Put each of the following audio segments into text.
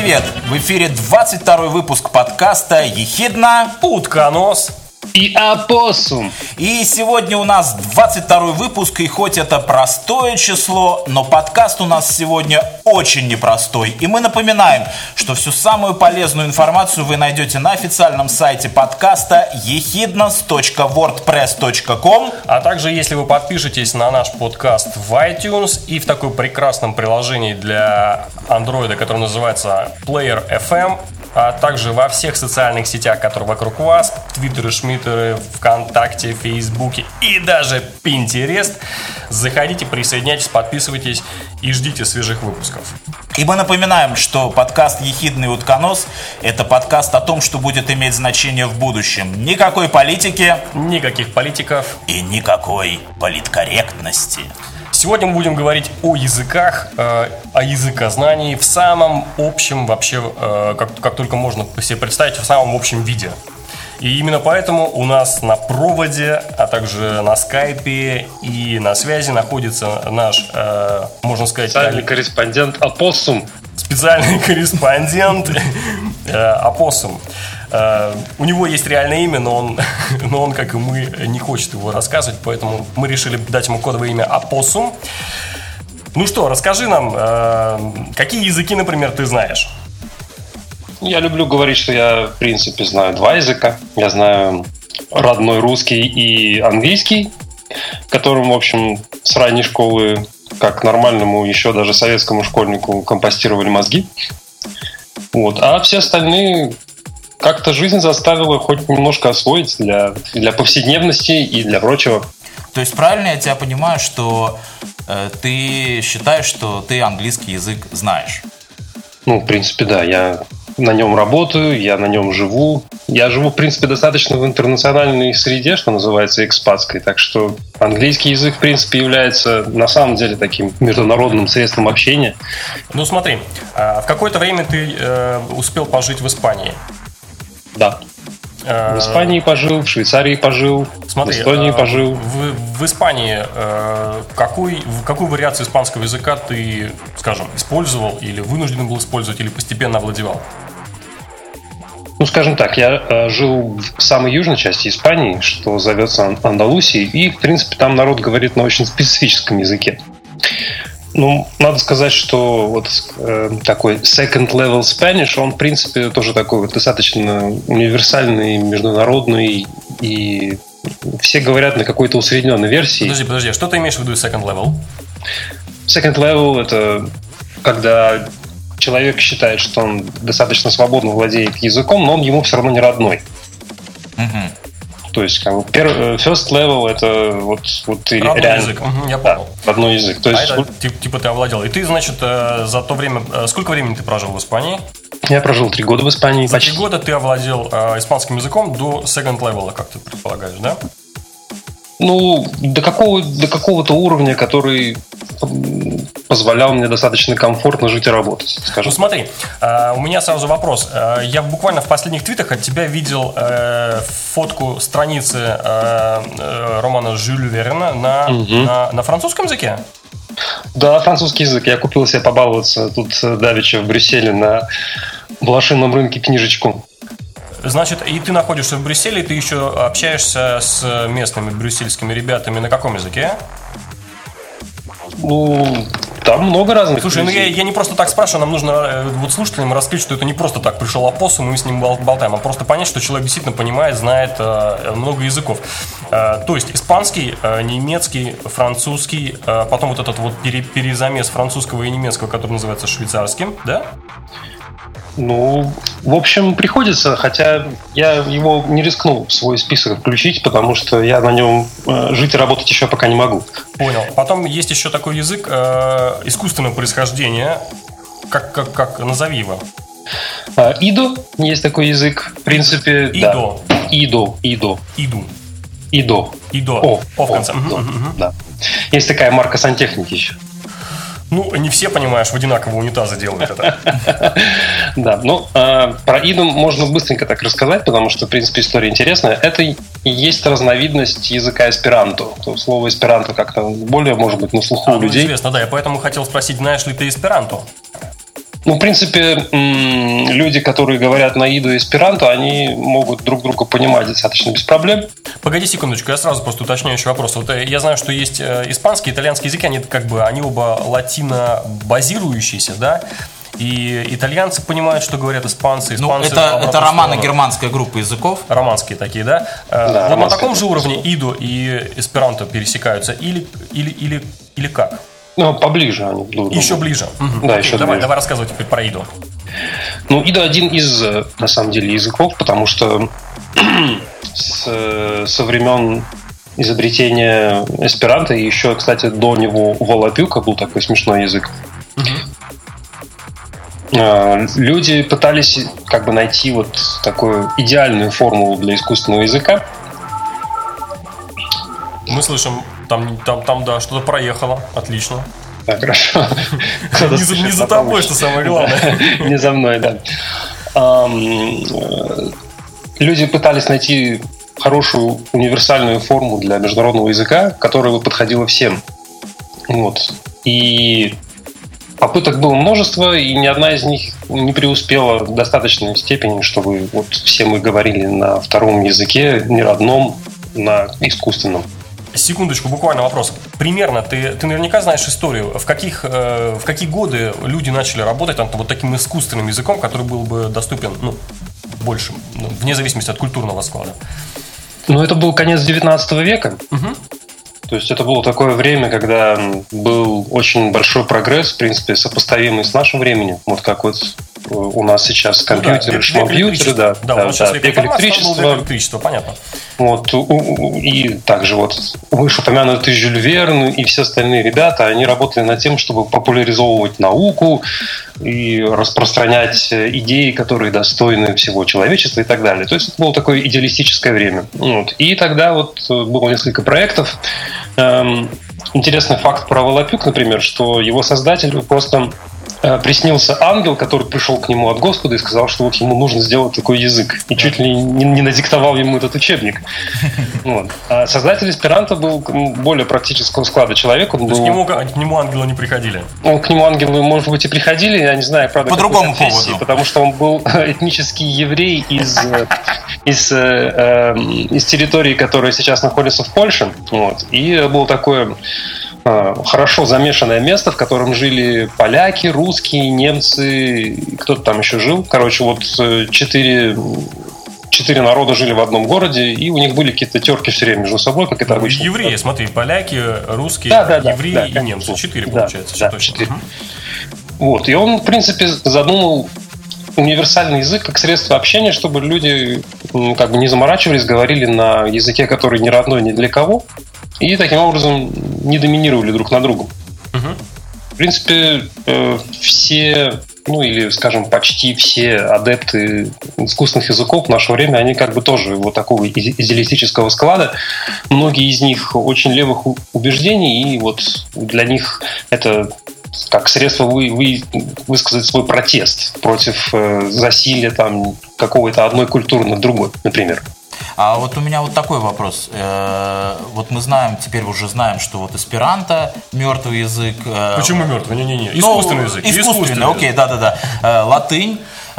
привет! В эфире 22-й выпуск подкаста «Ехидна», «Утконос» и «Опоссум». И сегодня у нас 22-й выпуск, и хоть это простое число, но подкаст у нас сегодня очень непростой. И мы напоминаем, что всю самую полезную информацию вы найдете на официальном сайте подкаста ехиднос.wordpress.com. А также, если вы подпишетесь на наш подкаст в iTunes и в таком прекрасном приложении для Android, которое называется Player FM, а также во всех социальных сетях, которые вокруг вас, Твиттеры, Шмиттеры, ВКонтакте, Фейсбуке и даже Пинтерест, заходите, присоединяйтесь, подписывайтесь и ждите свежих выпусков. И мы напоминаем, что подкаст «Ехидный утконос» — это подкаст о том, что будет иметь значение в будущем. Никакой политики, никаких политиков и никакой политкорректности. Сегодня мы будем говорить о языках, о языкознании в самом общем, вообще, как только можно себе представить, в самом общем виде. И именно поэтому у нас на проводе, а также на скайпе и на связи находится наш, можно сказать... Специальный корреспондент «Опоссум». Специальный корреспондент «Опоссум». У него есть реальное имя, но он, как и мы, не хочет его рассказывать, поэтому мы решили дать ему кодовое имя «Опоссум». Ну что, расскажи нам, какие языки, например, ты знаешь? Я люблю говорить, что я, в принципе, знаю два языка. Я знаю родной русский и английский, которым, в общем, с ранней школы, как нормальному, еще даже советскому школьнику, компостировали мозги. Вот. А все остальные как-то жизнь заставила хоть немножко освоить для повседневности и для прочего. То есть правильно я тебя понимаю, что ты считаешь, что ты английский язык знаешь? Ну, в принципе, да. Я на нем работаю, я на нем живу. Я живу, в принципе, достаточно в интернациональной среде, что называется, экспатской. Так что английский язык, в принципе, является на самом деле таким международным средством общения. Ну, смотри, в какое-то время ты успел пожить в Испании. Да. В Испании пожил, в Швейцарии пожил, смотри, в Эстонии пожил. В Испании какую вариацию испанского языка ты, скажем, использовал или вынужден был использовать, или постепенно овладевал? Ну, скажем так, я жил в самой южной части Испании, что зовется Андалусией, и, в принципе, там народ говорит на очень специфическом языке. Ну, надо сказать, что вот такой second level Spanish, он, в принципе, тоже такой вот достаточно универсальный, международный, и все говорят на какой-то усредненной версии. Подожди, что ты имеешь в виду second level? Second level — это когда человек считает, что он достаточно свободно владеет языком, но он ему все равно не родной. Угу. То есть, как бы, first level — это вот родной реально язык. Я понял. Да, родной язык. То есть, это типа ты овладел. И ты, значит, за то время... Сколько времени ты прожил в Испании? Я прожил 3 года в Испании. За 3 года ты овладел испанским языком до second level, как ты предполагаешь, да? Ну, до какого-то уровня, который позволял мне достаточно комфортно жить и работать, скажем. Ну смотри, у меня сразу вопрос. Я буквально в последних твитах от тебя видел фотку страницы романа Жюля Верна на французском языке? Да, французский язык. Я купил себе побаловаться тут давеча в Брюсселе на блошином рынке книжечку. Значит, и ты находишься в Брюсселе, и ты еще общаешься с местными брюссельскими ребятами на каком языке? Ну, там много разных. Слушай, ну я не просто так спрашиваю, нам нужно вот слушателям раскрыть, что это не просто так пришел Опоссум, и мы с ним болтаем, а просто понять, что человек действительно понимает, знает много языков. То есть испанский, немецкий, французский, потом вот этот вот перезамес французского и немецкого, который называется швейцарским, да? Ну, в общем, приходится, хотя я его не рискнул в свой список включить, потому что я на нем жить и работать еще пока не могу. Понял. Потом есть еще такой язык искусственного происхождения. Как назови его? Идо есть такой язык. В принципе, Идо. Да. Идо. О в конце. Да. Есть такая марка сантехники еще. Ну, не все, понимаешь, в одинаково унитазы делают это. Да, ну, про Иду можно быстренько так рассказать, потому что, в принципе, история интересная. Это и есть разновидность языка эсперанто. Слово эсперанто как-то более, может быть, на слуху у людей. Известно, да, я поэтому хотел спросить, знаешь ли ты эсперанто? Ну, в принципе, люди, которые говорят на иду и эсперанто, они могут друг друга понимать достаточно без проблем. Погоди секундочку, я сразу просто уточняющий вопрос. Вот я знаю, что есть испанский и итальянский языки, они оба латино-базирующиеся, да? И итальянцы понимают, что говорят испанцы. Это романо-германская группа языков. Романские такие, да? Да, вот на таком же уровне идо и эсперанто пересекаются или как? Ну, поближе они друг другу. Еще ближе. Да, еще давай рассказывай теперь про идо. Ну, идо один из, на самом деле, языков, потому что со времен изобретения эсперанто, и еще, кстати, до него волапюка был такой смешной язык. Люди пытались как бы найти вот такую идеальную формулу для искусственного языка. Мы слышим, там да, что-то проехало. Отлично. Так, хорошо. Не за тобой, что самое главное. Не за мной, да. Люди пытались найти хорошую универсальную форму для международного языка, которая бы подходила всем. Вот. И попыток было множество, и ни одна из них не преуспела в достаточной степени, чтобы вот все мы говорили на втором языке, не родном, на искусственном. Секундочку, буквально вопрос. Примерно, ты наверняка знаешь историю, в какие годы люди начали работать над вот таким искусственным языком, который был бы доступен, больше, вне зависимости от культурного склада? Ну, это был конец 19 века. То есть это было такое время, когда был очень большой прогресс, в принципе, сопоставимый с нашим временем. Вот как вот у нас сейчас компьютеры, шмкомпьютеры, да, век электричества, понятно. Вот, и также вот вышеупомянутый Жюль Верн и все остальные ребята, они работали над тем, чтобы популяризовывать науку и распространять идеи, которые достойны всего человечества и так далее. То есть это было такое идеалистическое время. Вот. И тогда вот было несколько проектов. Интересный факт про Волапюк, например, что его создателю просто приснился ангел, который пришел к нему от Господа и сказал, что вот ему нужно сделать такой язык. И чуть ли не надиктовал ему этот учебник. Вот. А создатель эсперанто был более практического склада человек. Он То есть к нему ангелы не приходили? К нему ангелы, может быть, и приходили, я не знаю, правда, по другому поводу. Потому что он был этнический еврей из территории, которая сейчас находится в Польше. Вот. И было такое хорошо замешанное место, в котором жили поляки, русские, немцы, кто-то там еще жил. Короче, вот четыре народа жили в одном городе, и у них были какие-то терки все время между собой, как это обычно. Евреи, смотри, поляки, русские, евреи и немцы. 4 получается. Да, 4. Вот, и он, в принципе, задумал универсальный язык как средство общения, чтобы люди как бы не заморачивались, говорили на языке, который не родной ни для кого, и таким образом не доминировали друг над другом. В принципе, все, или, скажем, почти все адепты искусственных языков в наше время, они как бы тоже вот такого идеалистического склада. Многие из них очень левых убеждений, и вот для них это как средство высказать свой протест против засилия там какого-то одной культуры над другой, например. А вот у меня вот такой вопрос. Вот мы теперь уже знаем, что вот эсперанто мертвый язык. Почему мертвый? Не-не-не. Искусственный язык. Искусственный, окей, да-да-да. Латынь.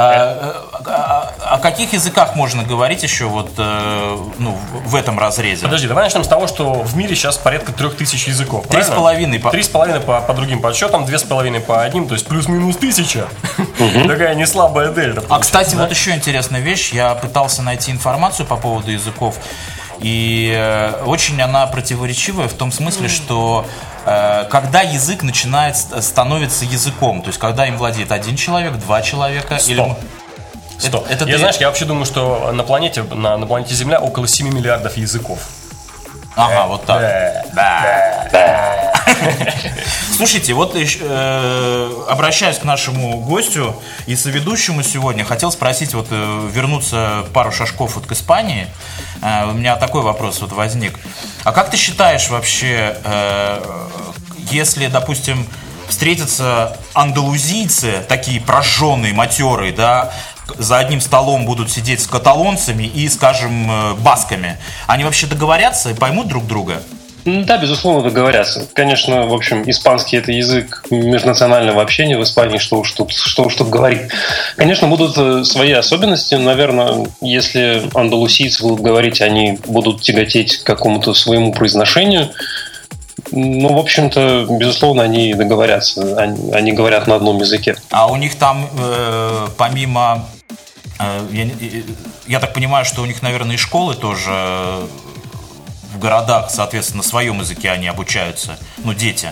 О каких языках можно говорить еще вот, в этом разрезе? Подожди, давай начнем с того, что в мире сейчас порядка 3000 языков. 3,5. 3,5 по другим подсчетам, 2,5 по одним, то есть плюс-минус 1000. Такая не слабая дельта. Кстати, вот еще интересная вещь. Я пытался найти информацию по поводу языков, и очень она противоречивая в том смысле, что когда язык становится языком, то есть когда им владеет один человек, два человека. Стоп. Я вообще думаю, что на планете Земля около 7 миллиардов языков. Ага, вот так. Да. Слушайте, вот обращаясь к нашему гостю и соведущему сегодня, хотел спросить, вот вернуться пару шажков вот к Испании. У меня такой вопрос вот возник. А как ты считаешь вообще, если, допустим, встретятся андалузийцы, такие прожженные, матерые, да, за одним столом будут сидеть с каталонцами и, скажем, басками, они вообще договорятся и поймут друг друга? Да, безусловно, договорятся. Конечно, в общем, испанский – это язык межнационального общения в Испании, что уж тут говорить. Конечно, будут свои особенности. Наверное, если андалусийцы будут говорить, они будут тяготеть к какому-то своему произношению. Ну, в общем-то, безусловно, они договорятся. Они говорят на одном языке. А у них там, помимо... Я так понимаю, что у них, наверное, и школы тоже в городах, соответственно, на своем языке они обучаются, дети.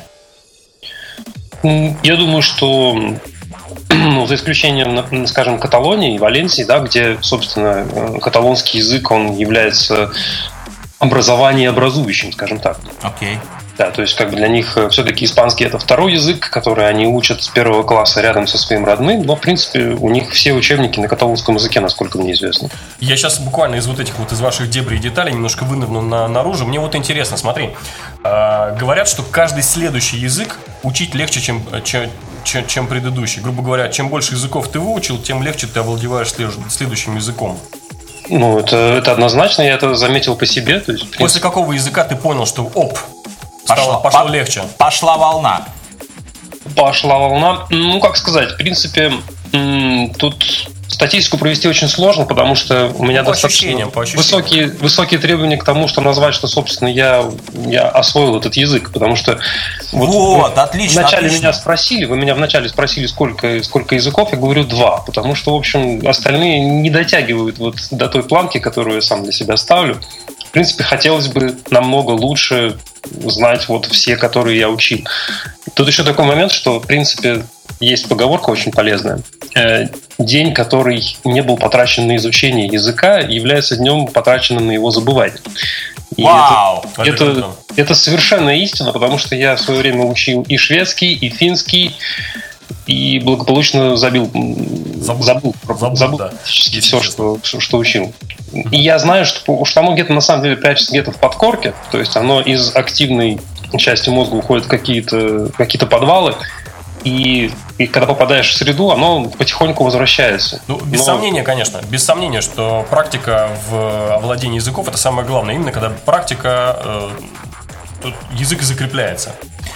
Я думаю, что, за исключением, скажем, Каталонии и Валенсии, да, где, собственно, каталонский язык, он является образованиеобразующим, скажем так. Окей. Да, то есть для них все-таки испанский это второй язык, который они учат с первого класса рядом со своим родным, но в принципе у них все учебники на каталонском языке, насколько мне известно. Я сейчас буквально из из ваших дебрей деталей немножко вынырну наружу. Мне интересно, смотри, говорят, что каждый следующий язык учить легче, чем предыдущий. Грубо говоря, чем больше языков ты выучил, тем легче ты овладеваешь следующим языком. Это однозначно, я это заметил по себе. То есть, в принципе... После какого языка ты понял, что пошло легче? Пошла волна. Пошла волна. Как сказать, в принципе, тут статистику провести очень сложно, потому что у меня достаточно высокие требования к тому, чтобы назвать, что, собственно, я освоил этот язык, потому что отлично. Вы меня вначале спросили, сколько языков, я говорю 2, потому что, в общем, остальные не дотягивают до той планки, которую я сам для себя ставлю. В принципе, хотелось бы намного лучше знать все, которые я учил. Тут еще такой момент, что, в принципе, есть поговорка очень полезная. День, который не был потрачен на изучение языка, является днем, потраченным на его забывание. И это совершенно истина, потому что я в свое время учил и шведский, и финский, и благополучно забыл практически все, что учил. И я знаю, что оно где-то на самом деле прячется где-то в подкорке, то есть оно из активной части мозга уходит в какие-то подвалы, и когда попадаешь в среду, оно потихоньку возвращается. Без сомнения, конечно. Без сомнения, что практика в овладении языков – это самое главное. Именно когда практика, язык закрепляется.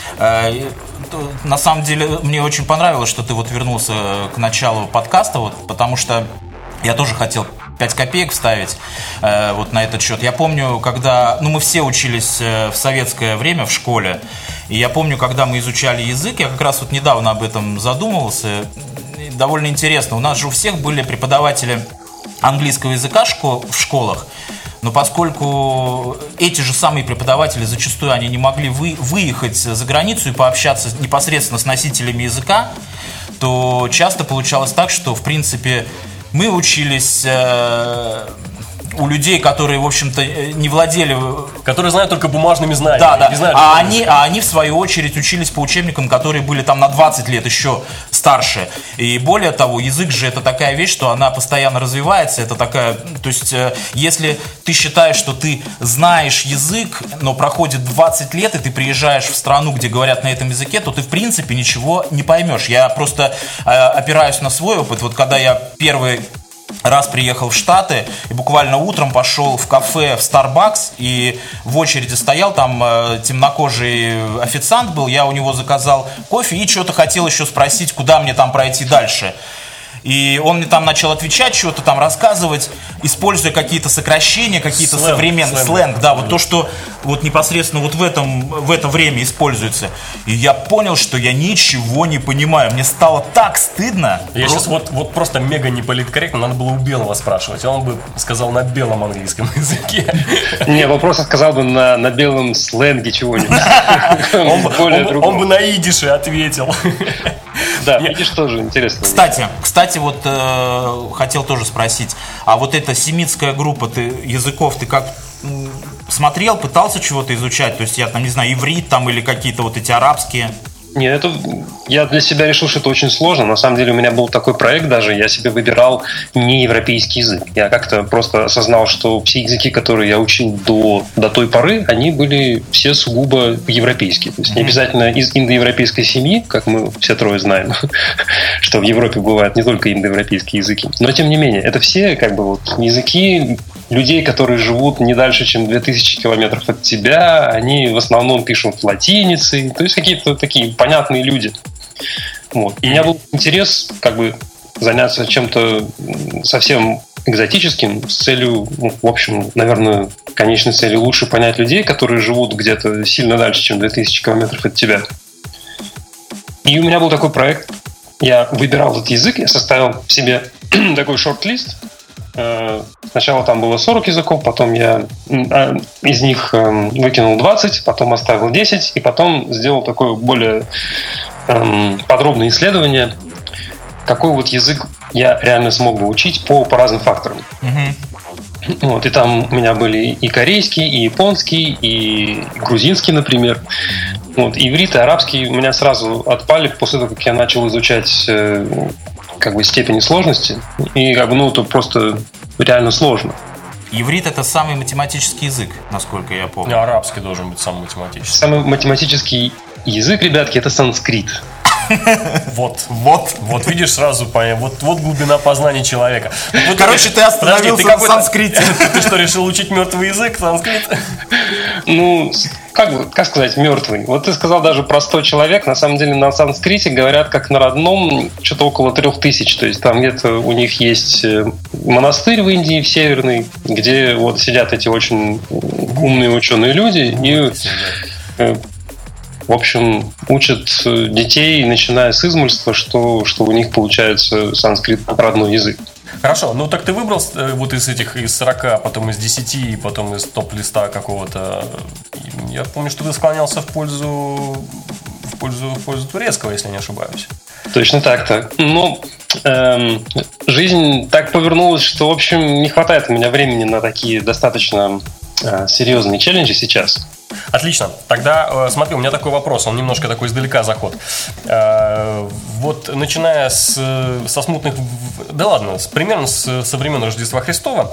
На самом деле, мне очень понравилось, что ты вернулся к началу подкаста, потому что я тоже хотел 5 копеек вставить на этот счет. Я помню, когда... мы все учились в советское время в школе, и я помню, когда мы изучали язык, я как раз недавно об этом задумывался, довольно интересно. У нас же у всех были преподаватели английского языка в школах, но поскольку эти же самые преподаватели зачастую они не могли выехать за границу и пообщаться непосредственно с носителями языка, то часто получалось так, что, в принципе, мы учились у людей, которые, в общем-то, не владели... Которые знают только бумажными знаниями. Да. Они, в свою очередь, учились по учебникам, которые были там на 20 лет еще старше. И более того, язык же это такая вещь, что она постоянно развивается. Это такая... То есть, если ты считаешь, что ты знаешь язык, но проходит 20 лет, и ты приезжаешь в страну, где говорят на этом языке, то ты, в принципе, ничего не поймешь. Я просто опираюсь на свой опыт. Когда я первый раз приехал в Штаты и буквально утром пошел в кафе в Starbucks и в очереди стоял, там темнокожий официант был, я у него заказал кофе и что-то хотел еще спросить, куда мне там пройти дальше. И он мне там начал отвечать, что-то там рассказывать, используя какие-то сокращения, какие-то современные сленг. Да, то, что непосредственно в это время используется. И я понял, что я ничего не понимаю. Мне стало так стыдно. Я сейчас просто мега неполиткорректно, надо было у Белого спрашивать. Он бы сказал на белом английском языке. Не, вопрос сказал бы на белом сленге чего-нибудь. Он бы на идише ответил. Да, видишь, тоже интересно. Кстати, хотел тоже спросить, а эта семитская группа языков, ты как смотрел, пытался чего-то изучать? То есть я там, не знаю, иврит там или какие-то эти арабские? Нет, я для себя решил, что это очень сложно. На самом деле у меня был такой проект даже, я себе выбирал не европейский язык. Я как-то просто осознал, что все языки, которые я учил до той поры, они были все сугубо европейские. То есть не обязательно из индоевропейской семьи, как мы все трое знаем, что в Европе бывают не только индоевропейские языки. Но тем не менее, это все языки людей, которые живут не дальше, чем 2000 километров от тебя, они в основном пишут латиницей, то есть какие-то такие понятные люди. Вот. И у меня был интерес как бы заняться чем-то совсем экзотическим с целью, в общем, наверное, конечной целью лучше понять людей, которые живут где-то сильно дальше, чем 2000 километров от тебя. И у меня был такой проект. Я выбирал этот язык, я составил себе такой шорт-лист. Сначала там было 40 языков, потом я из них выкинул 20, потом оставил 10, и потом сделал такое более подробное исследование, какой вот язык я реально смог бы учить по разным факторам. Вот, и там у меня были и корейский, и японский, и грузинский, например. Вот, иврит и арабский у меня сразу отпали после того, как я начал изучать как бы степени сложности. И как бы, это просто реально сложно. Иврит — это самый математический язык, насколько я помню. Арабский должен быть самый математический. Самый математический язык, ребятки, это санскрит. Вот видишь, сразу понятно. Вот глубина познания человека. Короче, ты остановился на санскрите. Ты что, решил учить мертвый язык, санскрит? Как сказать мертвый? Вот ты сказал даже простой человек. На самом деле на санскрите говорят как на родном что-то около 3000. То есть там где-то у них есть монастырь в Индии, в Северной, где вот сидят эти очень умные ученые люди и в общем, учат детей, начиная с измольства, что у них получается санскрит родной язык. Хорошо, так ты выбрал вот из 40, потом из 10, потом из топ-листа какого-то. Я помню, что ты склонялся в пользу турецкого, если не ошибаюсь. Точно так-то. Жизнь так повернулась, что, в общем, не хватает у меня времени на такие достаточно серьезные челленджи сейчас. Отлично. Тогда смотри, у меня такой вопрос, он немножко такой издалека заход. Вот начиная со смутных... Да ладно, примерно со времен Рождества Христова,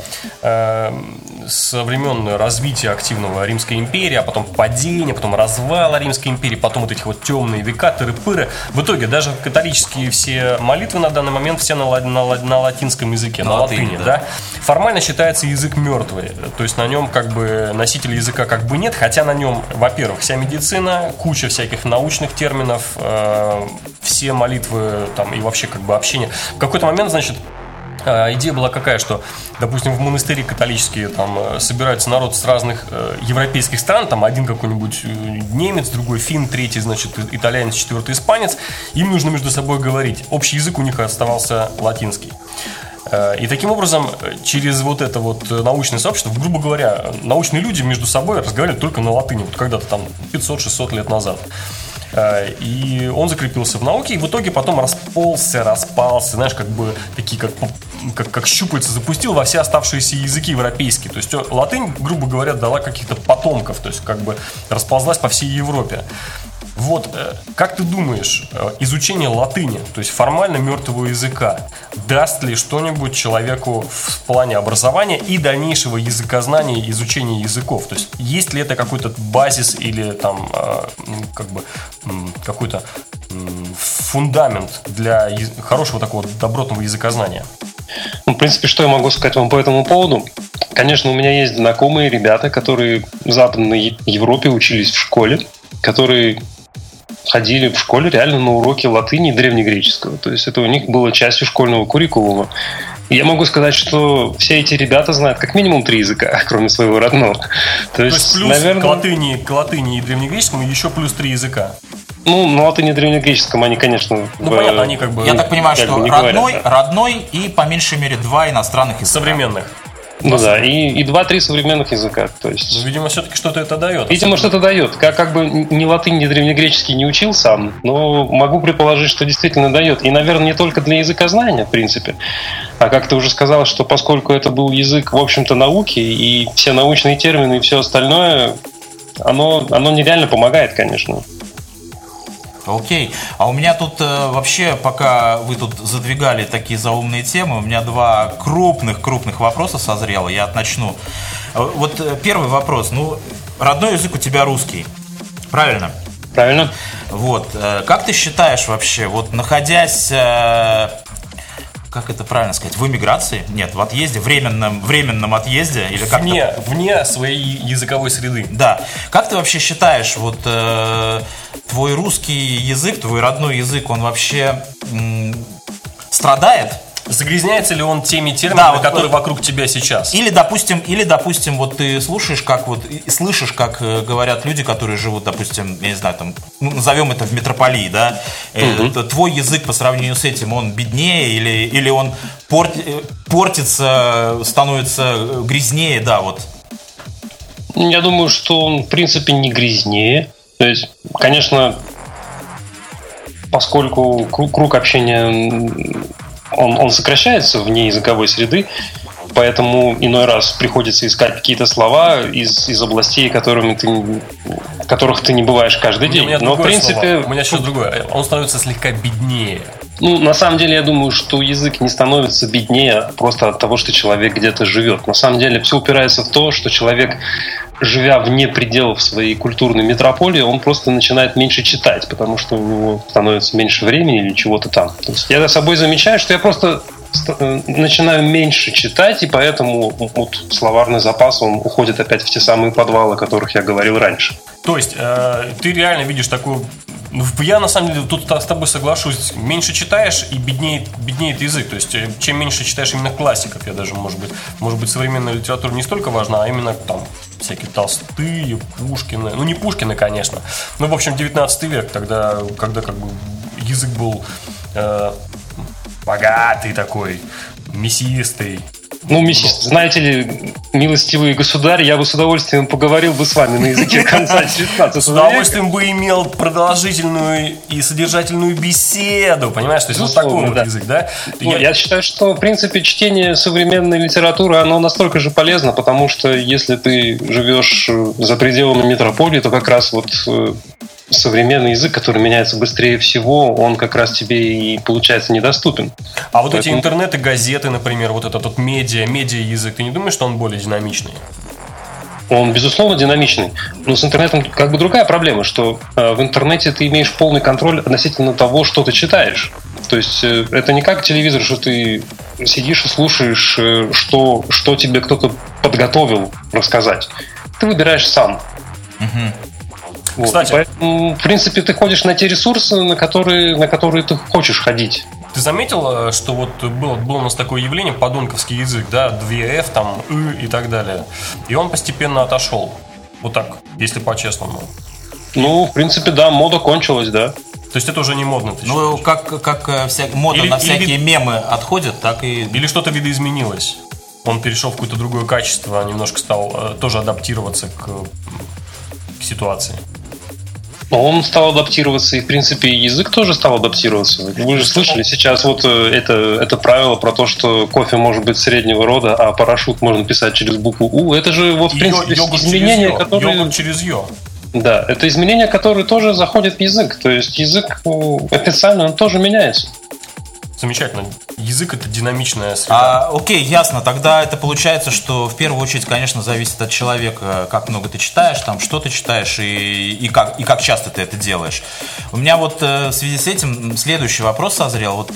со времен развития активного Римской империи, а потом падения, потом развала Римской империи, потом вот эти вот темные века, тыры-пыры. В итоге даже католические все молитвы на данный момент все на латинском языке, на латыни, да? Формально считается язык мертвый, то есть на нем как бы носителя языка как бы нет, хотя на нем, во-первых, вся медицина, куча всяких научных терминов, все молитвы там и вообще как бы общение. В какой-то момент, значит, идея была какая, что, допустим, в монастыре католические там собирается народ с разных европейских стран, там один какой-нибудь немец, другой финн, третий, значит, итальянец, четвертый испанец, им нужно между собой говорить. Общий язык у них оставался латинский. И таким образом, через вот это вот научное сообщество, грубо говоря, научные люди между собой разговаривали только на латыни, вот когда-то там 500-600 лет назад. И он закрепился в науке, и в итоге потом распался, знаешь, как бы такие, как щупальца запустил во все оставшиеся языки европейские. То есть латынь, грубо говоря, дала каких-то потомков, то есть как бы расползлась по всей Европе. Вот, как ты думаешь, изучение латыни, то есть формально мертвого языка, даст ли что-нибудь человеку в плане образования и дальнейшего языкознания и изучения языков? То есть есть ли это какой-то базис или там как бы какой-то фундамент для хорошего такого добротного языкознания? В принципе, что я могу сказать вам по этому поводу? Конечно, у меня есть знакомые ребята, которые в Западной Европе учились в школе, которые ходили в школе реально на уроки латыни и древнегреческого. То есть это у них было частью школьного куррикулума. И я могу сказать, что все эти ребята знают как минимум 3 языка, кроме своего родного. То есть плюс, наверное, к латыни и древнегреческому еще плюс 3 языка. На латыни и древнегреческом они, конечно... понятно, они как бы... Я так понимаю, что родной и по меньшей мере 2 иностранных языка. Современных. Да, и 2-3 современных языка. То есть... видимо, все-таки что-то это дает. Видимо, что-то дает. Как бы ни латынь, ни древнегреческий не учил сам, но могу предположить, что действительно дает. И, наверное, не только для языкознания, в принципе. А как ты уже сказал, что поскольку это был язык, в общем-то, науки, и все научные термины и все остальное, оно нереально помогает, конечно. Окей. А у меня тут вообще, пока вы тут задвигали такие заумные темы, у меня 2 крупных вопроса созрело. Я начну. Вот первый вопрос. Родной язык у тебя русский. Правильно? Правильно. Вот. Как ты считаешь вообще, вот находясь как это правильно сказать, в эмиграции? Нет, в отъезде, временном отъезде? Или вне своей языковой среды. Да. Как ты вообще считаешь, вот твой русский язык, твой родной язык, он вообще страдает? Загрязняется ли он теми терминами, да, которые вокруг тебя сейчас? Или, допустим, вот ты слушаешь, слышишь, как говорят люди, которые живут, допустим, я не знаю, там, назовем это в метрополии, да? Твой язык по сравнению с этим, он беднее или он портится, становится грязнее, да, вот? Я думаю, что он, в принципе, не грязнее. То есть, конечно, поскольку круг общения он сокращается вне языковой среды, поэтому иной раз приходится искать какие-то слова из областей, которых ты не бываешь каждый день. Но в принципе, у меня сейчас другое. Он становится слегка беднее. На самом деле, я думаю, что язык не становится беднее просто от того, что человек где-то живет. На самом деле, все упирается в то, что человек, живя вне пределов своей культурной метрополии, он просто начинает меньше читать, потому что у него становится меньше времени или чего-то там. То есть я за собой замечаю, что я просто начинаю меньше читать, и поэтому вот словарный запас он уходит опять в те самые подвалы, о которых я говорил раньше. То есть ты реально видишь такую... Я на самом деле тут с тобой соглашусь. Меньше читаешь и беднеет язык. То есть чем меньше читаешь именно классиков, я даже, может быть, современная литература не столько важна, а именно там всякие Толстые, Пушкины. Ну, не Пушкины, конечно. Ну, в общем, 19 век, когда как бы язык был богатый такой, мясистый. Знаете ли, милостивый государь, я бы с удовольствием поговорил бы с вами на языке конца 19 века. С удовольствием бы имел продолжительную и содержательную беседу, понимаешь? То есть вот такой вот язык, да? Я считаю, что, в принципе, чтение современной литературы, оно настолько же полезно, потому что если ты живешь за пределами метрополии, то как раз вот современный язык, который меняется быстрее всего, он как раз тебе и получается недоступен. А вот эти интернеты, газеты, например, вот этот вот медиа-язык, ты не думаешь, что он более динамичный? Он, безусловно, динамичный. Но с интернетом как бы другая проблема, что в интернете ты имеешь полный контроль относительно того, что ты читаешь. То есть это не как телевизор, что ты сидишь и слушаешь, что тебе кто-то подготовил рассказать. Ты выбираешь сам. Вот. Кстати, поэтому, в принципе, ты ходишь на те ресурсы, на которые ты хочешь ходить. Ты заметил, что вот было у нас такое явление, подонковский язык, да, 2F, там, и так далее. И он постепенно отошел. Вот так, если по-честному. В принципе, да, мода кончилась, да. То есть это уже не модно, ты считаешь? Как мода на всякие мемы отходит, так и... Или что-то видоизменилось. Он перешел в какое-то другое качество, немножко стал тоже адаптироваться к ситуации. Он стал адаптироваться, и, в принципе, язык тоже стал адаптироваться. Вы же слышали сейчас вот это правило про то, что кофе может быть среднего рода, а парашют можно писать через букву У. Это же, вот, в принципе, изменения, которые... Йогурт через Ё. Да, это изменения, которые тоже заходят в язык. То есть язык официально он тоже меняется. Замечательно. Язык — это динамичная среда. Окей, ясно. Тогда это получается, что в первую очередь, конечно, зависит от человека, как много ты читаешь, там, что ты читаешь и как часто ты это делаешь. У меня вот в связи с этим следующий вопрос созрел. Вот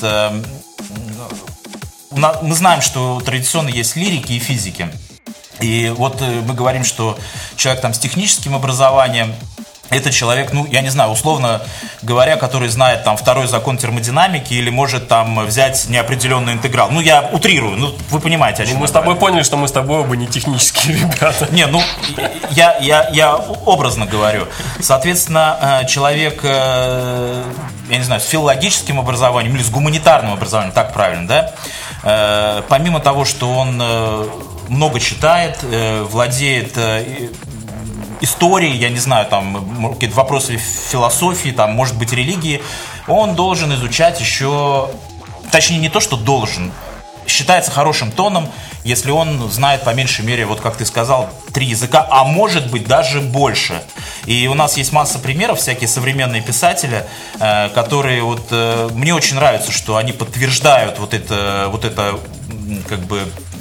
мы знаем, что традиционно есть лирики и физики. И вот мы говорим, что человек там с техническим образованием — это человек, я не знаю, условно говоря, который знает там второй закон термодинамики или может там взять неопределенный интеграл. Я утрирую, вы понимаете, о чем мы с тобой поняли, что мы с тобой оба не технические ребята. Не, я образно говорю. Соответственно, человек, я не знаю, с филологическим образованием или с гуманитарным образованием, так правильно, да? Помимо того, что он много читает, владеет истории, я не знаю, там какие-то вопросы философии, там, может быть, религии, он должен изучать еще, точнее, не то, что должен, считается хорошим тоном, если он знает по меньшей мере, вот как ты сказал, 3 языка, а может быть даже больше. И у нас есть масса примеров, всякие современные писатели, которые вот, мне очень нравится, что они подтверждают вот это как бы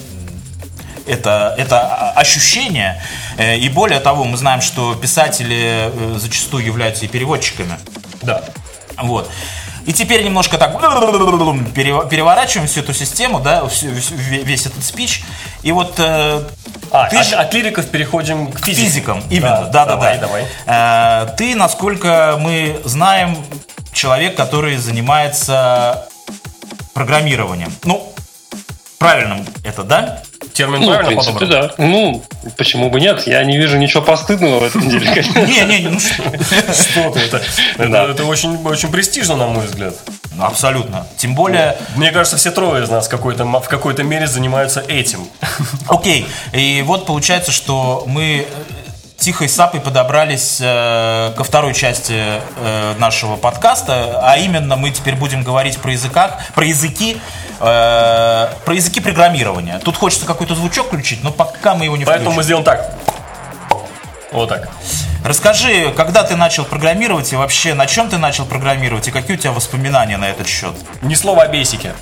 это ощущение. И более того, мы знаем, что писатели зачастую являются и переводчиками. Да. Вот. И теперь немножко так переворачиваем всю эту систему, да, весь этот спич. И вот от лириков переходим к физикам. Именно, да. Давай. Ты, насколько мы знаем, человек, который занимается программированием. Ну, правильно это, да? Термин правильно подобран? Да. Ну, почему бы нет? Я не вижу ничего постыдного в этом деле. Не, ну что ты, это очень престижно, на мой взгляд. Абсолютно. Тем более... Мне кажется, все трое из нас в какой-то мере занимаются этим. Окей. И вот получается, что мы тихой сапой подобрались ко второй части нашего подкаста, а именно мы теперь будем говорить про языки программирования. Тут хочется какой-то звучок включить, но пока мы его не включим. Поэтому мы сделаем так. Вот так. Расскажи, когда ты начал программировать и вообще на чем ты начал программировать и какие у тебя воспоминания на этот счет? Ни слова о бейсике.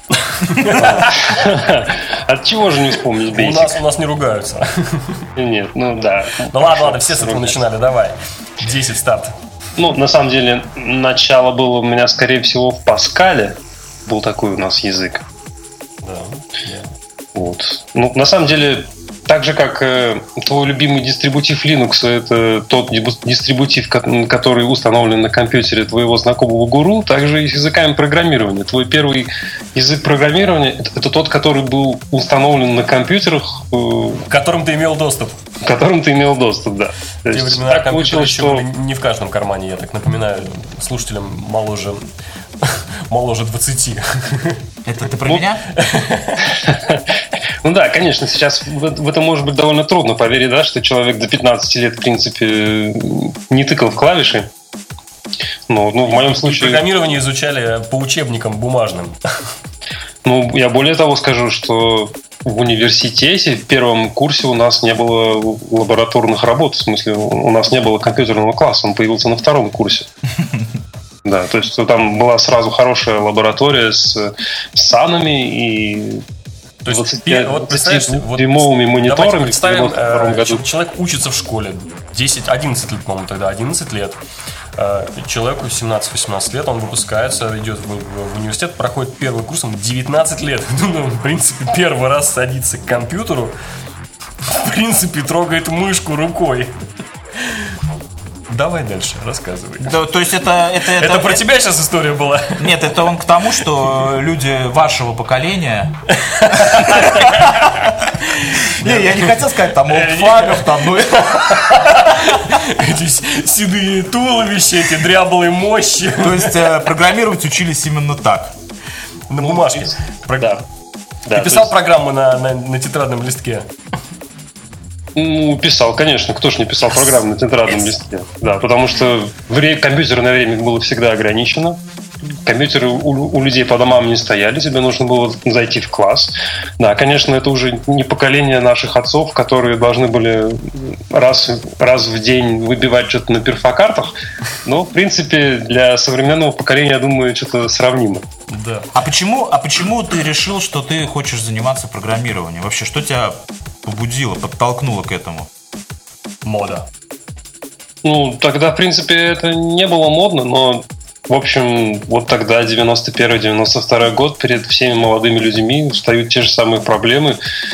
От чего же не вспомнить бейсик? У нас не ругаются. Нет, ну да. Ну ладно, все с этого начинали, давай. 10 старт. Ну, на самом деле, начало было у меня, скорее всего, в Паскале. Был такой у нас язык. Да. Вот. Ну, на самом деле, так же, как твой любимый дистрибутив Linux, это тот дистрибутив, который установлен на компьютере твоего знакомого гуру, также и с языками программирования. Твой первый язык программирования – это тот, который был установлен на компьютерах. К которым ты имел доступ. К которым ты имел доступ, да. В те времена компьютеры еще были не в каждом кармане, я так напоминаю слушателям моложе 20. Это ты про меня? Ну да, конечно, сейчас в это может быть довольно трудно поверить, да, что человек до 15 лет, в принципе, не тыкал в клавиши. Но в моем случае... Программирование изучали по учебникам бумажным. Ну, я более того скажу, что в университете в первом курсе у нас не было лабораторных работ. В смысле, у нас не было компьютерного класса, он появился на втором курсе. Да, то есть там была сразу хорошая лаборатория с санами и 20-дюймовыми мониторами. Представим, человек учится в школе 11 лет, по-моему, тогда 11 лет. Человеку 17-18 лет, он выпускается, идет в университет, проходит первый курс, ему 19 лет. Ну, в принципе, первый раз садится к компьютеру, в принципе, трогает мышку рукой. Давай дальше, рассказывай. Да, то есть это про тебя сейчас история была? Нет, это он к тому, что люди вашего поколения... Не, я не хотел сказать там олдфагов, там, ну... Эти седые туловища, эти дряблые мощи. То есть программировать учились именно так. На бумажке. Да. Ты писал программы на тетрадном листке? Ну, писал, конечно. Кто ж не писал программы на тетрадном листке? Да, потому что компьютерное время было всегда ограничено. Компьютеры у людей по домам не стояли, тебе нужно было зайти в класс. Да, конечно, это уже не поколение наших отцов, которые должны были раз в день выбивать что-то на перфокартах. Но, в принципе, для современного поколения, я думаю, что-то сравнимо. Да. А почему ты решил, что ты хочешь заниматься программированием? Вообще, что тебя побудило, подтолкнуло к этому? Мода. Ну, тогда, в принципе, это не было модно, но... В общем, вот тогда, 91-92 год, перед всеми молодыми людьми встают те же самые проблемы.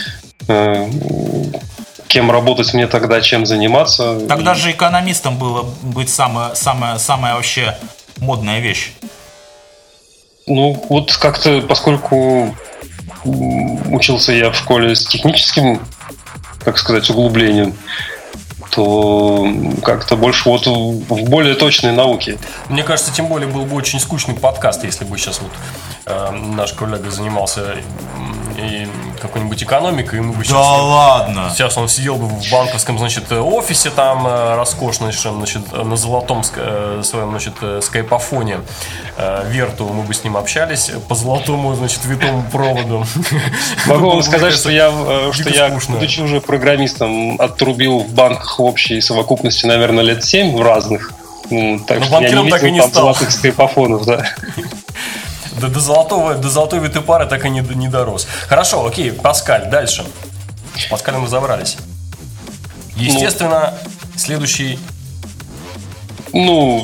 Кем работать мне тогда, чем заниматься. Тогда же экономистом было быть самая вообще модная вещь. Ну, вот как-то, поскольку учился я в школе с техническим, как сказать, углублением, то как-то больше вот в более точной науке. Мне кажется, тем более был бы очень скучный подкаст, если бы сейчас вот наш коллега занимался и какой-нибудь экономикой, и мы бы сейчас... Да ладно! Сейчас он сидел бы в банковском, значит, офисе там роскошном, значит, на золотом своем, значит, скайпофоне Верту, мы бы с ним общались по золотому, значит, витому проводу. Могу вам сказать, что я, будучи уже программистом, отрубил в банках в общей совокупности, наверное, лет 7 в разных. Так что я не видел там золотых скайпофонов, да. До золотой витой пары так и не дорос. Хорошо, окей, Паскаль, дальше. С Паскалем разобрались. Естественно, следующий... Ну,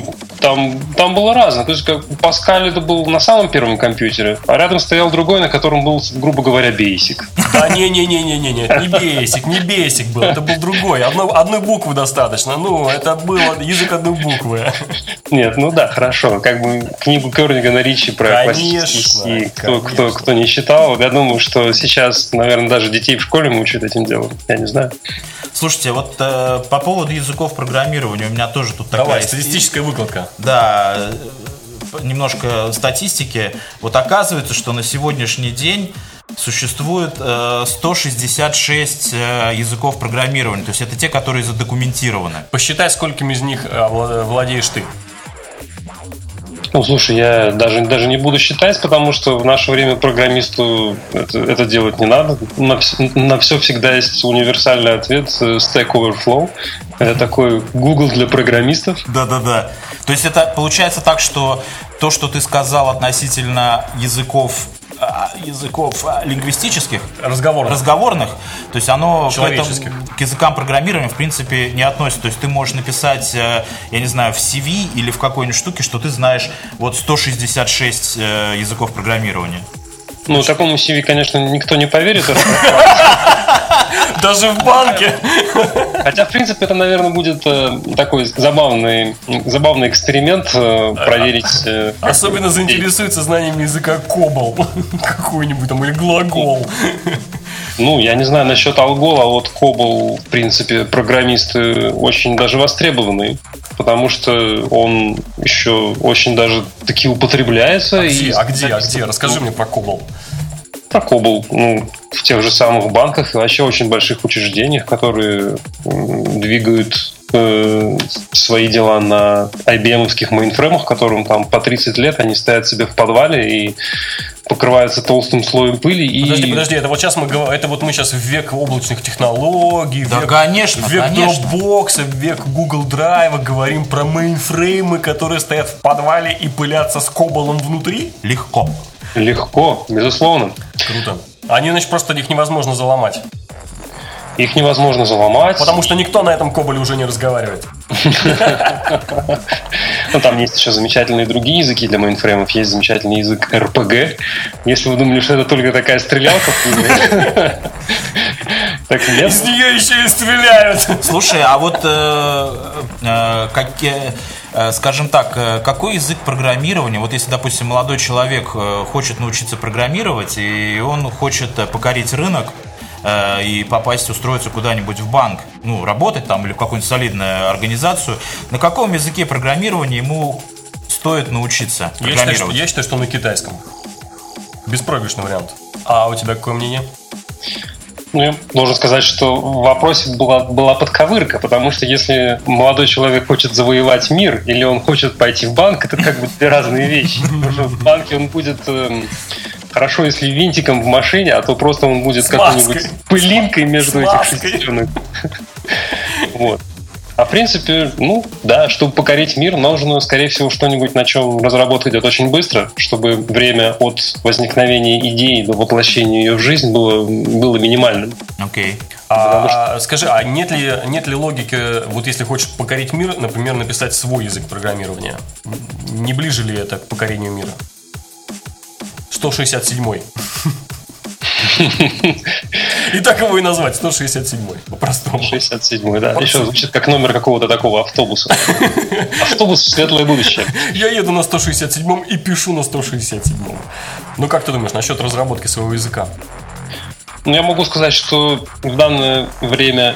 Там было разное. То есть, как Паскаль это был на самом первом компьютере, а рядом стоял другой, на котором был, грубо говоря, Basic. Да не Basic был, это был другой. Одной буквы достаточно. Ну, это был язык одной буквы. Нет, ну да, хорошо. Как бы книгу Кёрнигана Ричи про классический C, кто не читал, я думаю, что сейчас, наверное, даже детей в школе мучают этим делом. Я не знаю. Слушайте, вот по поводу языков программирования у меня тоже тут такая... статистическая выкладка. Да, немножко статистики. Вот оказывается, что на сегодняшний день существует 166 языков программирования. То есть это те, которые задокументированы. Посчитай, сколькими из них владеешь ты. Ну, слушай, я даже не буду считать, потому что в наше время программисту это делать не надо. На все всегда есть универсальный ответ Stack Overflow. Это такой Google для программистов. Да. То есть это получается так, что то, что ты сказал относительно языков лингвистических, разговорных, то есть оно к языкам программирования в принципе не относится. То есть ты можешь написать, я не знаю, в CV или в какой-нибудь штуке, что ты знаешь вот 166 языков программирования. Ну, такому CV, конечно, никто не поверит. Даже в банке. Хотя, в принципе, это, наверное, будет такой забавный эксперимент проверить. Особенно заинтересуется знанием языка COBOL какой-нибудь там или глагол. Ну, я не знаю насчет алгола, а вот COBOL, в принципе, программисты очень даже востребованный, потому что он еще очень даже таки употребляется. А где? Расскажи мне про COBOL. Про COBOL, в тех же самых банках и вообще очень больших учреждениях, которые двигают свои дела на IBM-овских мейнфреймах, которым там по 30 лет, они стоят себе в подвале и покрываются толстым слоем пыли. Подожди, это вот сейчас мы сейчас в век облачных технологий, да, век конечно. Dropbox, век Google Drive, говорим про мейнфреймы, которые стоят в подвале и пылятся с COBOL внутри? Легко, безусловно. Круто. Они, значит, просто их невозможно заломать. Их невозможно заломать. Потому что никто на этом COBOL уже не разговаривает. Ну, там есть еще замечательные другие языки для мейнфреймов. Есть замечательный язык RPG. Если вы думали, что это только такая стрелялка, так нет. Из нее еще и стреляют. Слушай, а вот скажем так, какой язык программирования, вот если, допустим, молодой человек хочет научиться программировать, и он хочет покорить рынок и попасть, устроиться куда-нибудь в банк, работать там или в какую-нибудь солидную организацию, на каком языке программирования ему стоит научиться программировать? Я считаю, что на китайском. Беспроигрышный вариант. А у тебя какое мнение? Я должен сказать, что в вопросе была подковырка, потому что если молодой человек хочет завоевать мир или он хочет пойти в банк, это как бы две разные вещи. Потому что в банке он будет хорошо, если винтиком в машине, а то просто он будет какой-нибудь пылинкой между этих шестеренок. Вот. А в принципе, чтобы покорить мир, нужно, скорее всего, что-нибудь, на чем разработка идет очень быстро, чтобы время от возникновения идеи до воплощения ее в жизнь было минимальным. Окей. Скажи, нет ли логики, вот если хочешь покорить мир, например, написать свой язык программирования? Не ближе ли это к покорению мира? 167-й. И так его и назвать, 167-й, по-простому. 67-й, да. Еще звучит как номер какого-то такого автобуса. Автобус в светлое будущее. Я еду на 167-м и пишу на 167-м. Ну, как ты думаешь, насчет разработки своего языка? Я могу сказать, что в данное время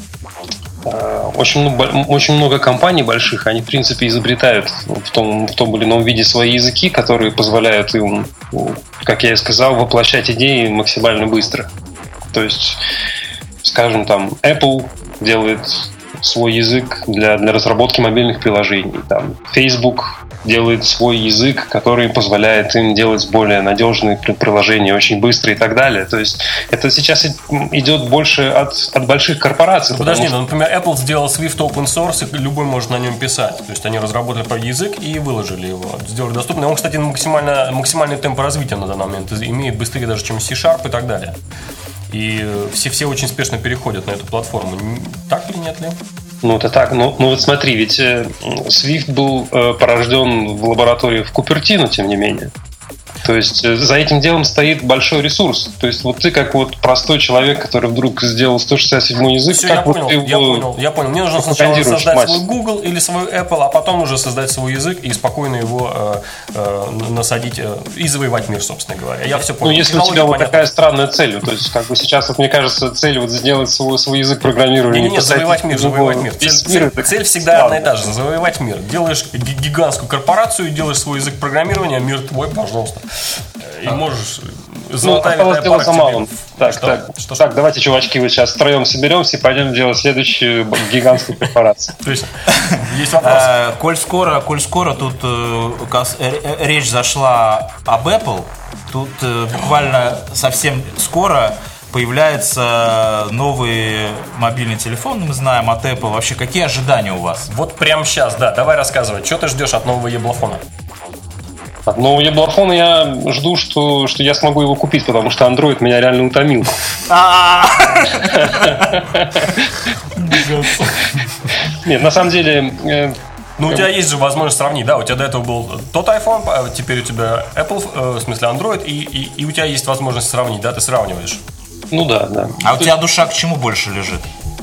очень много компаний больших, они, в принципе, изобретают в том или ином виде свои языки, которые позволяют им, как я и сказал, воплощать идеи максимально быстро. То есть, скажем, там, Apple делает свой язык для разработки мобильных приложений. Там, Facebook делает свой язык, который позволяет им делать более надежные приложения очень быстро и так далее. То есть это сейчас идет больше от больших корпораций. Подожди, например, Apple сделал Swift open source, и любой может на нем писать. То есть они разработали язык и выложили его, сделали доступным. Он, кстати, максимальный темп развития на данный момент имеет быстрее даже, чем C# и так далее. И все очень спешно переходят на эту платформу. Так или нет ли? Ну, это так. Ну вот смотри, ведь Swift был порожден в лаборатории в Купертино, тем не менее. То есть за этим делом стоит большой ресурс. То есть вот ты как вот простой человек, который вдруг сделал 177 язык, все, как я вот понял. Мне нужно сначала создать свой Google или свой Apple, а потом уже создать свой язык и спокойно его насадить и завоевать мир, собственно говоря. Я все понял. Ну, если у тебя вот такая странная цель, то есть как бы сейчас, вот, мне кажется, цель вот сделать свой язык программирования. Не, завоевать мир. Цель всегда одна и та же. Завоевать мир. Делаешь гигантскую корпорацию, делаешь свой язык программирования, мир твой, пожалуйста. И можешь... Осталось дело за малым. Так, давайте, чувачки, вы сейчас втроем соберемся и пойдем делать следующую гигантскую корпорацию. То есть, есть вопрос. Коль скоро тут речь зашла об Apple, тут буквально совсем скоро появляется новый мобильный телефон, мы знаем от Apple. Вообще, какие ожидания у вас? Вот прямо сейчас, да. Давай рассказывай. Что ты ждешь от нового еблофона? От нового еблофона я жду, что я смогу его купить, потому что Android меня реально утомил. Нет, на самом деле... Ну, у тебя есть же возможность сравнить, да, у тебя до этого был тот iPhone, а теперь у тебя Apple, в смысле Android, и у тебя есть возможность сравнить, да, ты сравниваешь. Ну да. А у тебя душа к чему больше лежит?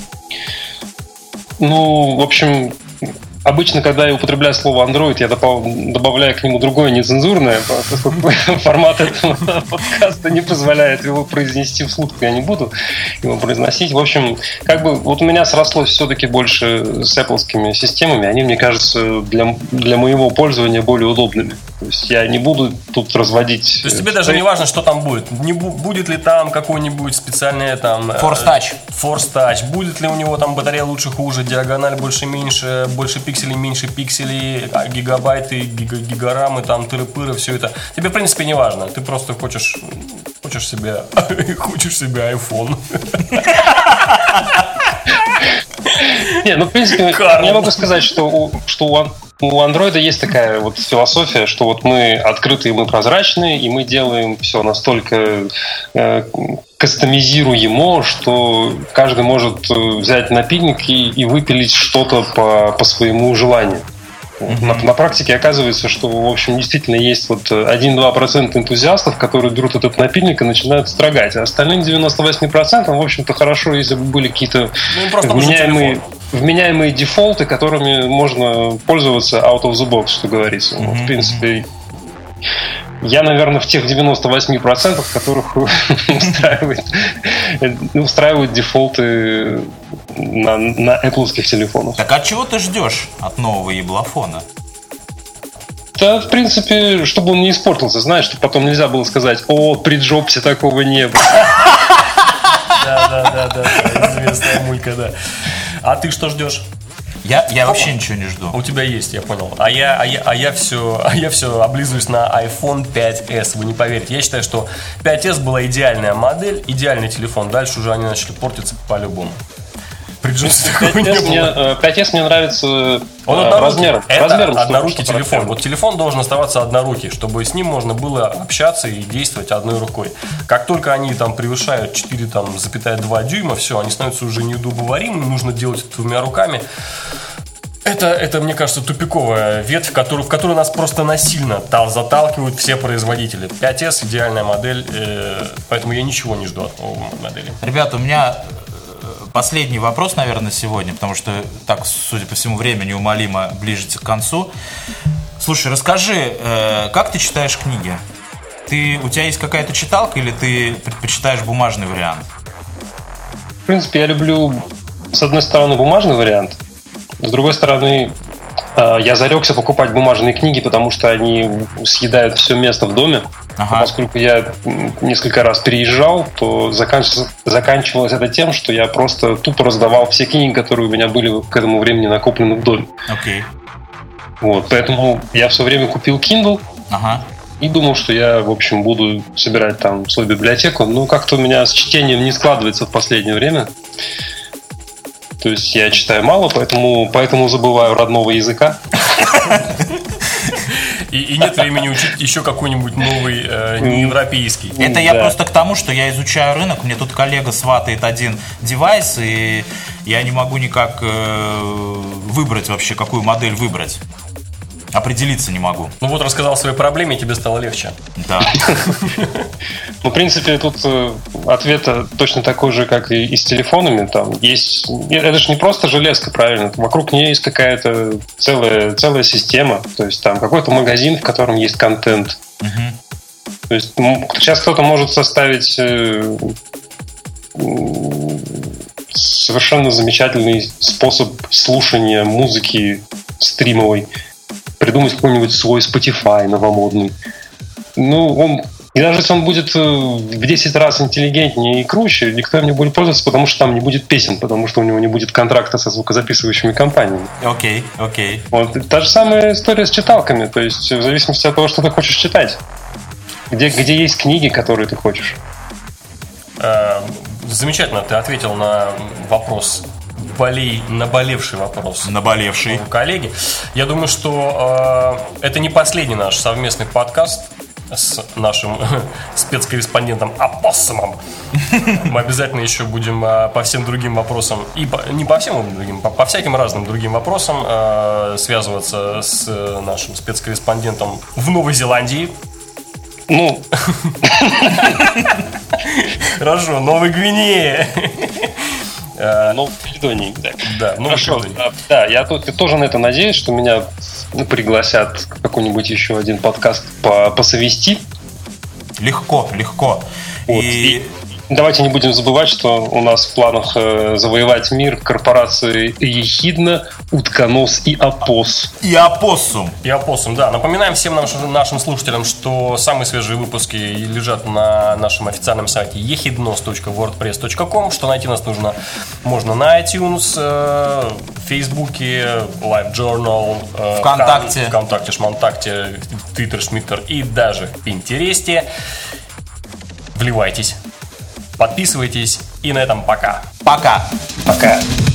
Ну, в общем... Обычно, когда я употребляю слово Android, я добавляю к нему другое нецензурное, поскольку формат этого подкаста не позволяет его произнести вслух, я не буду его произносить. В общем, как бы вот у меня срослось все-таки больше с Apple-скими системами, они, мне кажется, для моего пользования более удобными. То есть я не буду тут разводить... То есть тебе даже не важно, что там будет. Не будет ли там какой-нибудь специальный там... Force Touch. Будет ли у него там батарея лучше, хуже, диагональ больше-меньше, больше пикселей, меньше пикселей, гигабайты, гигарамы, там, тыры-пыры, все это. Тебе, в принципе, не важно. Ты просто хочешь себе iPhone. Не, ну, в принципе, я могу сказать, что у Android есть такая вот философия, что вот мы открытые, мы прозрачные, и мы делаем все настолько кастомизируемо, что каждый может взять напильник и выпилить что-то по своему желанию. На практике оказывается, что, в общем, действительно есть вот 1-2% энтузиастов, которые берут этот напильник и начинают строгать. А остальным 98%, в общем-то, хорошо, если бы были какие-то вменяемые дефолты, которыми можно пользоваться out of the box, что говорится. В принципе, я, наверное, в тех 98%, которых устраивают дефолты на Apple-ских телефонах. Так а чего ты ждешь от нового еблофона? Да, в принципе, чтобы он не испортился, знаешь, чтобы потом нельзя было сказать: о, при Джобсе такого не было. Да, известная мулька, да. А ты что ждешь? Я вообще ничего не жду. У тебя есть, я понял. А я все облизываюсь на iPhone 5s. Вы не поверите. Я считаю, что 5s была идеальная модель, идеальный телефон. Дальше уже они начали портиться по-любому. При Джобсе такого не было. 5s мне нравится размером. Это однорукий телефон. Вот телефон должен оставаться однорукий, чтобы с ним можно было общаться и действовать одной рукой. Как только они там превышают 4,2 дюйма, все, они становятся уже неудобоваримыми, нужно делать это двумя руками. Это, мне кажется, тупиковая ветвь, в которую нас просто насильно заталкивают все производители. 5s идеальная модель, поэтому я ничего не жду от новой модели. Ребята, у меня последний вопрос, наверное, сегодня, потому что так, судя по всему, время неумолимо ближется к концу. Слушай, расскажи, как ты читаешь книги? У тебя есть какая-то читалка или ты предпочитаешь бумажный вариант? В принципе, я люблю, с одной стороны, бумажный вариант, с другой стороны, я зарекся покупать бумажные книги, потому что они съедают все место в доме. А поскольку я несколько раз переезжал, то заканчивалось это тем, что я просто тупо раздавал все книги, которые у меня были к этому времени накоплены в доме. Вот, поэтому я все время купил Kindle и думал, что я, в общем, буду собирать там свою библиотеку. Но как-то у меня с чтением не складывается в последнее время. То есть я читаю мало, поэтому забываю родного языка. И нет времени учить еще какой-нибудь новый неевропейский. Это я просто к тому, что я изучаю рынок. Мне тут коллега сватает один девайс, и я не могу никак выбрать вообще, какую модель выбрать. Определиться не могу. Ну вот рассказал о своей проблеме, и тебе стало легче. Да. Ну, в принципе, тут ответ точно такой же, как и с телефонами. Там есть. Это же не просто железка, правильно? Вокруг нее есть какая-то целая система. То есть там какой-то магазин, в котором есть контент. То есть сейчас кто-то может составить совершенно замечательный способ слушания музыки стримовой. Придумать какой-нибудь свой Spotify новомодный. Ну, и даже если он будет в 10 раз интеллигентнее и круче, никто им не будет пользоваться, потому что там не будет песен, потому что у него не будет контракта со звукозаписывающими компаниями. Окей. Вот. Та же самая история с читалками. То есть в зависимости от того, что ты хочешь читать. Где есть книги, которые ты хочешь. Замечательно, ты ответил на вопрос. Наболевший вопрос. Наболевший. Коллеги. Я думаю, что это не последний наш совместный подкаст с нашим спецкорреспондентом Апоссумом. Мы обязательно еще будем по всем другим вопросам, и не по всем другим, по всяким разным другим вопросам связываться с нашим спецкорреспондентом в Новой Зеландии. Ну, хорошо, Новой Гвинее. Ну, в Каледонии, да. Да, ну, хорошо. Да, я тоже на это надеюсь, что меня пригласят в какой-нибудь еще один подкаст посовести. Легко. Вот. И давайте не будем забывать, что у нас в планах завоевать мир корпорации Ехидна, Утконос и Апос. И Апоссум, да. Напоминаем всем нашим слушателям, что самые свежие выпуски лежат на нашем официальном сайте ехиднос.wordpress.com, что найти нас можно на iTunes, в Фейсбуке, LiveJournal, ВКонтакте, Шмонтакте, Твиттер, Шмиттер и даже в Пинтересте. Вливайтесь, подписывайтесь, и на этом пока. Пока.